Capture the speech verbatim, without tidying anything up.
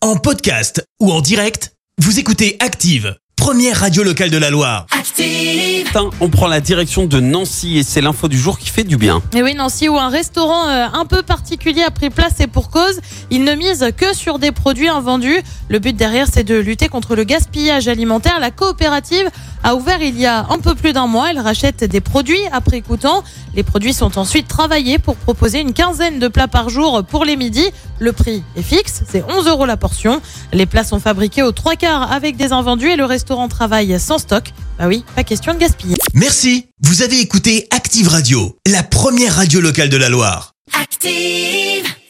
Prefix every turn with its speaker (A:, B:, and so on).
A: En podcast ou en direct, vous écoutez Active, première radio locale de la Loire.
B: Active. On prend la direction de Nancy et c'est l'info du jour qui fait du bien.
C: Et oui, Nancy, où un restaurant euh, un peu particulier a pris place et pour cause, il ne mise que sur des produits invendus. Le but derrière, c'est de lutter contre le gaspillage alimentaire. La coopérative a ouvert il y a un peu plus d'un mois. Elle rachète des produits à prix coûtant. Les produits sont ensuite travaillés pour proposer une quinzaine de plats par jour pour les midis. Le prix est fixe, c'est onze euros la portion. Les plats sont fabriqués aux trois quarts avec des invendus et le restaurant travaille sans stock. Bah oui, pas question de gaspiller.
A: Merci, vous avez écouté Active Radio, la première radio locale de la Loire.
D: Active.